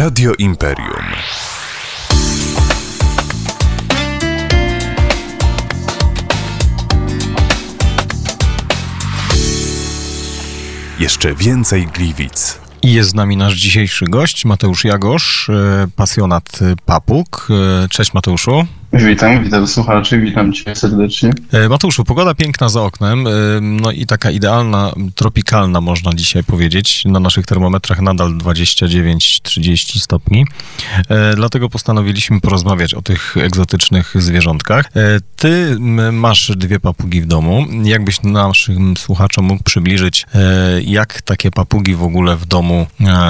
Radio Imperium. Jeszcze więcej Gliwic. I jest z nami nasz dzisiejszy gość, Mateusz Jagosz, pasjonat papug. Cześć Mateuszu. Witam słuchaczy, witam cię serdecznie. Mateuszu, pogoda piękna za oknem, no i taka idealna, tropikalna można dzisiaj powiedzieć. Na naszych termometrach nadal 29-30 stopni. Dlatego postanowiliśmy porozmawiać o tych egzotycznych zwierzątkach. Ty masz 2 papugi w domu. Jakbyś naszym słuchaczom mógł przybliżyć, jak takie papugi w ogóle w domu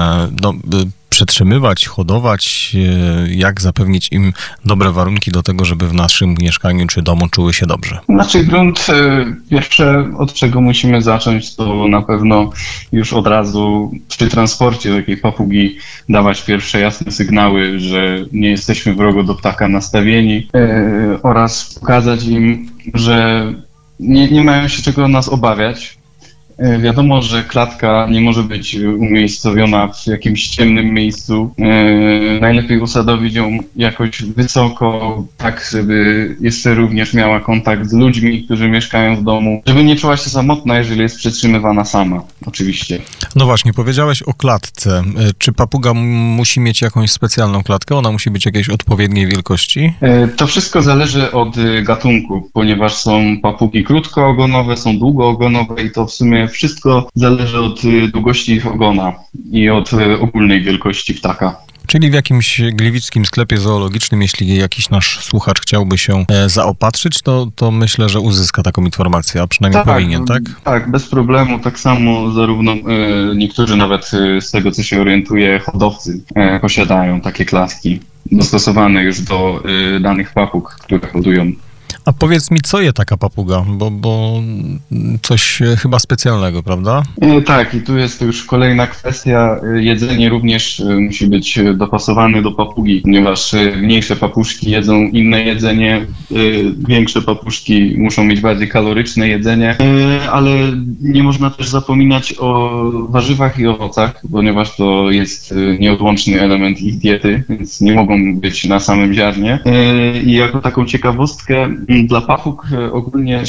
przetrzymywać, hodować, jak zapewnić im dobre warunki do tego, żeby w naszym mieszkaniu czy domu czuły się dobrze? Grunt pierwsze, od czego musimy zacząć, to na pewno już od razu przy transporcie takiej papugi dawać pierwsze jasne sygnały, że nie jesteśmy wrogo do ptaka nastawieni oraz pokazać im, że nie mają się czego nas obawiać. Wiadomo, że klatka nie może być umiejscowiona w jakimś ciemnym miejscu. Najlepiej usadowić ją jakoś wysoko, tak żeby jeszcze również miała kontakt z ludźmi, którzy mieszkają w domu, żeby nie czuła się samotna, jeżeli jest przetrzymywana sama, oczywiście. No właśnie, powiedziałeś o klatce. Czy papuga musi mieć jakąś specjalną klatkę? Ona musi być jakiejś odpowiedniej wielkości? To wszystko zależy od gatunku, ponieważ są papugi krótkoogonowe, są długoogonowe i to w sumie wszystko zależy od długości ich ogona i od ogólnej wielkości ptaka. Czyli w jakimś gliwickim sklepie zoologicznym, jeśli jakiś nasz słuchacz chciałby się zaopatrzyć, to myślę, że uzyska taką informację, a przynajmniej powinien, tak? Tak, bez problemu. Tak samo zarówno niektórzy nawet z tego, co się orientuje, hodowcy posiadają takie klatki dostosowane już do danych papug, które hodują. A powiedz mi, co je taka papuga, bo coś chyba specjalnego, prawda? Tak, i tu jest już kolejna kwestia. Jedzenie również musi być dopasowane do papugi, ponieważ mniejsze papuszki jedzą inne jedzenie, większe papuszki muszą mieć bardziej kaloryczne jedzenie, ale nie można też zapominać o warzywach i owocach, ponieważ to jest nieodłączny element ich diety, więc nie mogą być na samym ziarnie. I jako taką ciekawostkę, dla papug ogólnie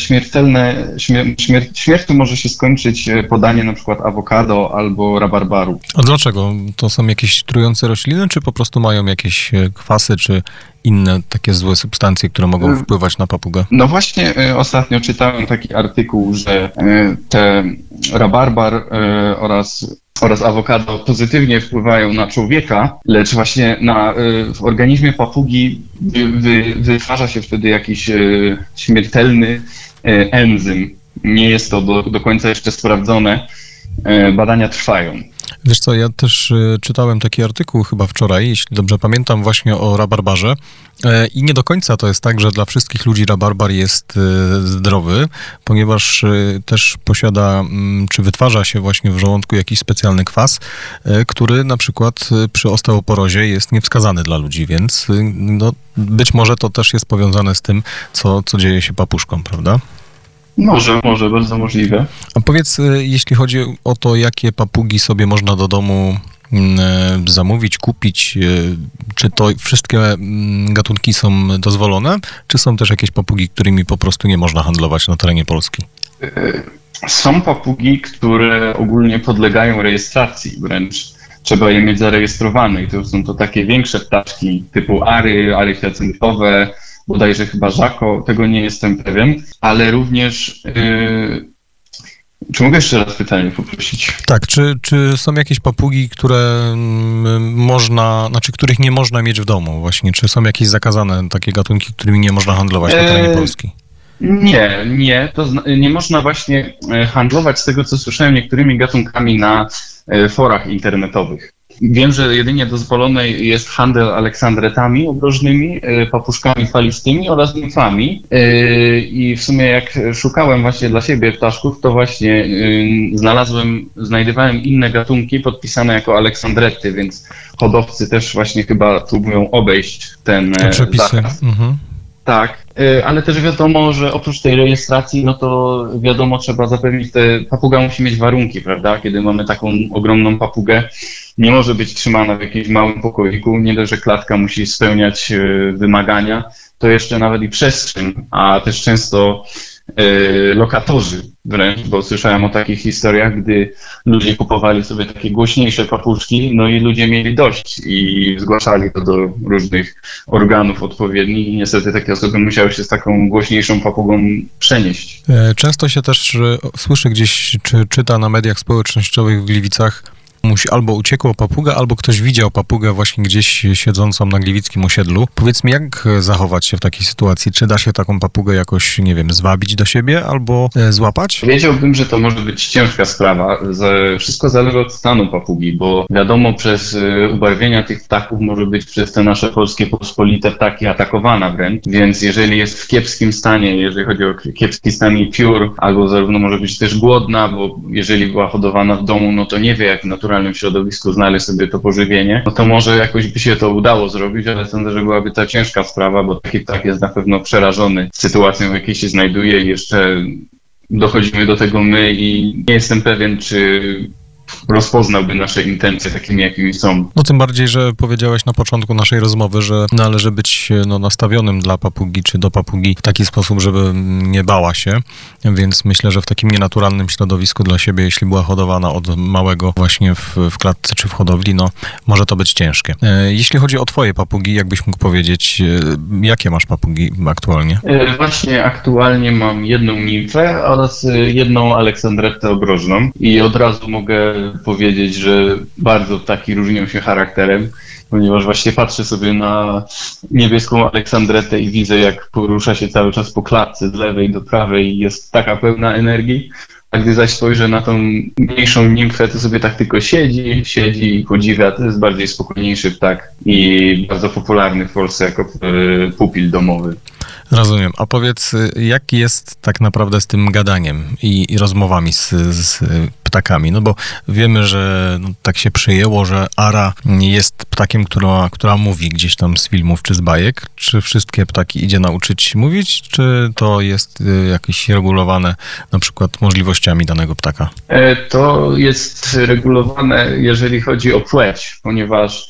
śmiercią może się skończyć podanie na przykład awokado albo rabarbaru. A dlaczego? To są jakieś trujące rośliny, czy po prostu mają jakieś kwasy, czy inne takie złe substancje, które mogą wpływać na papugę? No właśnie ostatnio czytałem taki artykuł, że te rabarbar oraz awokado pozytywnie wpływają na człowieka, lecz właśnie w organizmie papugi wytwarza się wtedy jakiś śmiertelny enzym. Nie jest to do końca jeszcze sprawdzone. Badania trwają. Wiesz co, ja też czytałem taki artykuł chyba wczoraj, jeśli dobrze pamiętam, właśnie o rabarbarze i nie do końca to jest tak, że dla wszystkich ludzi rabarbar jest zdrowy, ponieważ też posiada, czy wytwarza się właśnie w żołądku jakiś specjalny kwas, który na przykład przy osteoporozie jest niewskazany dla ludzi, więc no, być może to też jest powiązane z tym, co dzieje się papuszkom, prawda? Może, bardzo możliwe. A powiedz, jeśli chodzi o to, jakie papugi sobie można do domu zamówić, kupić, czy to wszystkie gatunki są dozwolone, czy są też jakieś papugi, którymi po prostu nie można handlować na terenie Polski? Są papugi, które ogólnie podlegają rejestracji wręcz. Trzeba je mieć zarejestrowane i to są to takie większe ptaszki typu ary hiacyntowe, bodajże chyba żako, tego nie jestem pewien, ale również... Czy mogę jeszcze raz pytanie poprosić? Tak, czy są jakieś papugi, których nie można mieć w domu właśnie? Czy są jakieś zakazane takie gatunki, którymi nie można handlować na terenie Polski? Nie. Nie można właśnie handlować, z tego co słyszałem, niektórymi gatunkami na forach internetowych. Wiem, że jedynie dozwolony jest handel aleksandretami obrożnymi, papuszkami falistymi oraz nimfami. I w sumie jak szukałem właśnie dla siebie ptaszków, to właśnie znajdowałem inne gatunki podpisane jako aleksandrety, więc hodowcy też właśnie chyba próbują obejść ten zakaz. Tak, ale też wiadomo, że oprócz tej rejestracji, no to wiadomo, trzeba zapewnić, papuga musi mieć warunki, prawda? Kiedy mamy taką ogromną papugę, nie może być trzymana w jakimś małym pokoiku. Nie dość, że klatka musi spełniać wymagania, to jeszcze nawet i przestrzeń, a też często lokatorzy wręcz, bo słyszałem o takich historiach, gdy ludzie kupowali sobie takie głośniejsze papuszki, no i ludzie mieli dość i zgłaszali to do różnych organów odpowiednich i niestety takie osoby musiały się z taką głośniejszą papugą przenieść. Często się też słyszy gdzieś, czy czyta na mediach społecznościowych w Gliwicach, albo uciekła papuga, albo ktoś widział papugę właśnie gdzieś siedzącą na gliwickim osiedlu. Powiedz mi, jak zachować się w takiej sytuacji? Czy da się taką papugę jakoś, nie wiem, zwabić do siebie albo złapać? Wiedziałbym, że to może być ciężka sprawa. Wszystko zależy od stanu papugi, bo wiadomo, przez ubarwienia tych ptaków może być przez te nasze polskie pospolite ptaki atakowana wręcz, więc jeżeli jest w kiepskim stanie, jeżeli chodzi o kiepski stan jej piór, albo zarówno może być też głodna, bo jeżeli była hodowana w domu, no to nie wie, jak w naturalnym środowisku znaleźć sobie to pożywienie, no to może jakoś by się to udało zrobić, ale sądzę, że byłaby to ciężka sprawa, bo taki ptak jest na pewno przerażony sytuacją, w jakiej się znajduje i jeszcze dochodzimy do tego my i nie jestem pewien, czy rozpoznałby nasze intencje takimi, jakimi są. No tym bardziej, że powiedziałeś na początku naszej rozmowy, że należy być nastawionym dla papugi, czy do papugi w taki sposób, żeby nie bała się, więc myślę, że w takim nienaturalnym środowisku dla siebie, jeśli była hodowana od małego właśnie w klatce czy w hodowli, no może to być ciężkie. Jeśli chodzi o twoje papugi, jakbyś mógł powiedzieć, jakie masz papugi aktualnie? Właśnie aktualnie mam jedną nimfę oraz jedną aleksandrettę obrożną i od razu mogę powiedzieć, że bardzo ptaki różnią się charakterem, ponieważ właśnie patrzę sobie na niebieską aleksandretę i widzę, jak porusza się cały czas po klatce z lewej do prawej i jest taka pełna energii, a gdy zaś spojrzę na tą mniejszą nimfę, to sobie tak tylko siedzi i podziwia. To jest bardziej spokojniejszy ptak i bardzo popularny w Polsce jako pupil domowy. Rozumiem. A powiedz, jak jest tak naprawdę z tym gadaniem i rozmowami z ptakami? No bo wiemy, że tak się przyjęło, że ara jest ptakiem, która mówi gdzieś tam z filmów czy z bajek. Czy wszystkie ptaki idzie nauczyć mówić, czy to jest jakieś regulowane na przykład możliwościami danego ptaka? To jest regulowane, jeżeli chodzi o płeć, ponieważ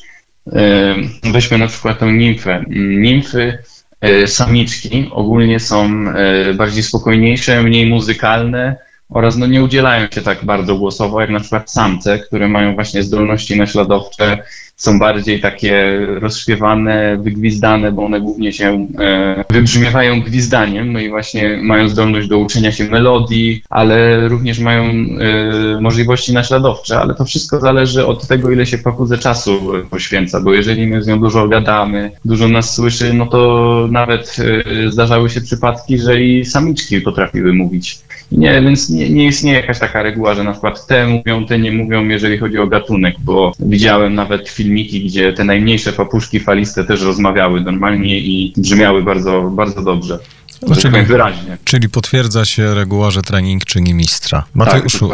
weźmy na przykład tę nimfę. Nimfy samiczki ogólnie są bardziej spokojniejsze, mniej muzykalne oraz nie udzielają się tak bardzo głosowo jak na przykład samce, które mają właśnie zdolności naśladowcze, są bardziej takie rozśpiewane, wygwizdane, bo one głównie się wybrzmiewają gwizdaniem, no i właśnie mają zdolność do uczenia się melodii, ale również mają możliwości naśladowcze, ale to wszystko zależy od tego, ile się papudze czasu poświęca, bo jeżeli my z nią dużo gadamy, dużo nas słyszy, no to nawet zdarzały się przypadki, że i samiczki potrafiły mówić. Więc nie istnieje jakaś taka reguła, że na przykład te mówią, te nie mówią, jeżeli chodzi o gatunek, bo widziałem nawet filmiki, gdzie te najmniejsze papuszki faliste też rozmawiały normalnie i brzmiały bardzo, bardzo dobrze. Wyraźnie. Czyli potwierdza się reguła, że trening czyni mistrza. Mateuszu,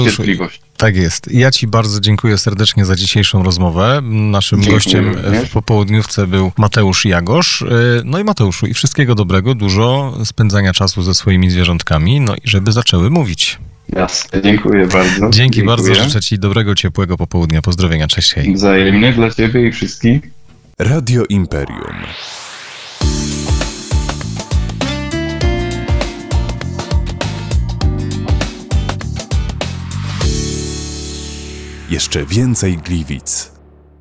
tak jest. Ja ci bardzo dziękuję serdecznie za dzisiejszą rozmowę. Naszym gościem w popołudniówce był Mateusz Jagosz. No i Mateuszu, i wszystkiego dobrego, dużo spędzania czasu ze swoimi zwierzątkami, no i żeby zaczęły mówić. Jasne, dziękuję bardzo. Dzięki bardzo, życzę ci dobrego, ciepłego popołudnia. Pozdrowienia, cześć, hej. Wzajemnie dla ciebie i wszystkich. Radio Imperium. Jeszcze więcej Gliwic.